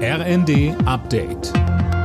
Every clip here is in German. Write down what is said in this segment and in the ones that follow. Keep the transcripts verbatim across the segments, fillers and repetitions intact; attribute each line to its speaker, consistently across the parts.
Speaker 1: R N D Update.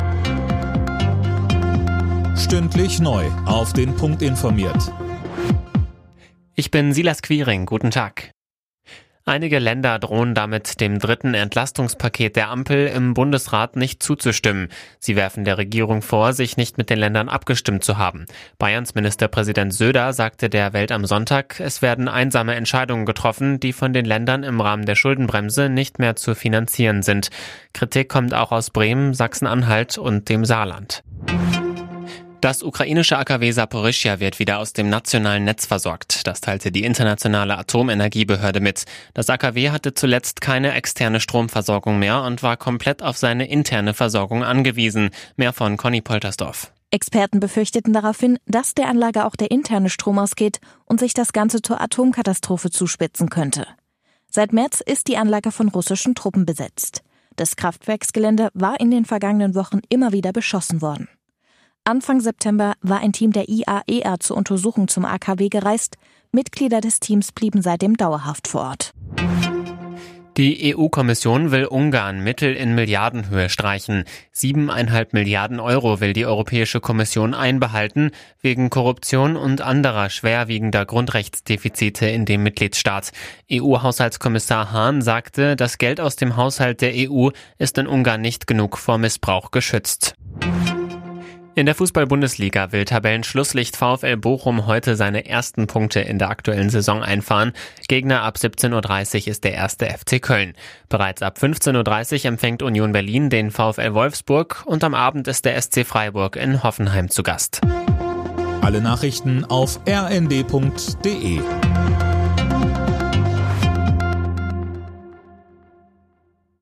Speaker 1: Stündlich neu auf den Punkt informiert.
Speaker 2: Ich bin Silas Quiring, guten Tag. Einige Länder drohen damit, dem dritten Entlastungspaket der Ampel im Bundesrat nicht zuzustimmen. Sie werfen der Regierung vor, sich nicht mit den Ländern abgestimmt zu haben. Bayerns Ministerpräsident Söder sagte der Welt am Sonntag, es werden einsame Entscheidungen getroffen, die von den Ländern im Rahmen der Schuldenbremse nicht mehr zu finanzieren sind. Kritik kommt auch aus Bremen, Sachsen-Anhalt und dem Saarland. Das ukrainische A K W Saporischschja wird wieder aus dem nationalen Netz versorgt. Das teilte die internationale Atomenergiebehörde mit. Das A K W hatte zuletzt keine externe Stromversorgung mehr und war komplett auf seine interne Versorgung angewiesen. Mehr von Conny Poltersdorf.
Speaker 3: Experten befürchteten daraufhin, dass der Anlage auch der interne Strom ausgeht und sich das Ganze zur Atomkatastrophe zuspitzen könnte. Seit März ist die Anlage von russischen Truppen besetzt. Das Kraftwerksgelände war in den vergangenen Wochen immer wieder beschossen worden. Anfang September war ein Team der I A E A zur Untersuchung zum A K W gereist. Mitglieder des Teams blieben seitdem dauerhaft vor Ort.
Speaker 2: Die E U-Kommission will Ungarn Mittel in Milliardenhöhe streichen. Siebeneinhalb Milliarden Euro will die Europäische Kommission einbehalten, wegen Korruption und anderer schwerwiegender Grundrechtsdefizite in dem Mitgliedstaat. E U-Haushaltskommissar Hahn sagte, das Geld aus dem Haushalt der E U ist in Ungarn nicht genug vor Missbrauch geschützt. In der Fußball-Bundesliga will Tabellenschlusslicht VfL Bochum heute seine ersten Punkte in der aktuellen Saison einfahren. Gegner ab siebzehn Uhr dreißig ist der erste F C Köln. Bereits ab fünfzehn Uhr dreißig empfängt Union Berlin den VfL Wolfsburg und am Abend ist der S C Freiburg in Hoffenheim zu Gast.
Speaker 1: Alle Nachrichten auf r n d punkt d e.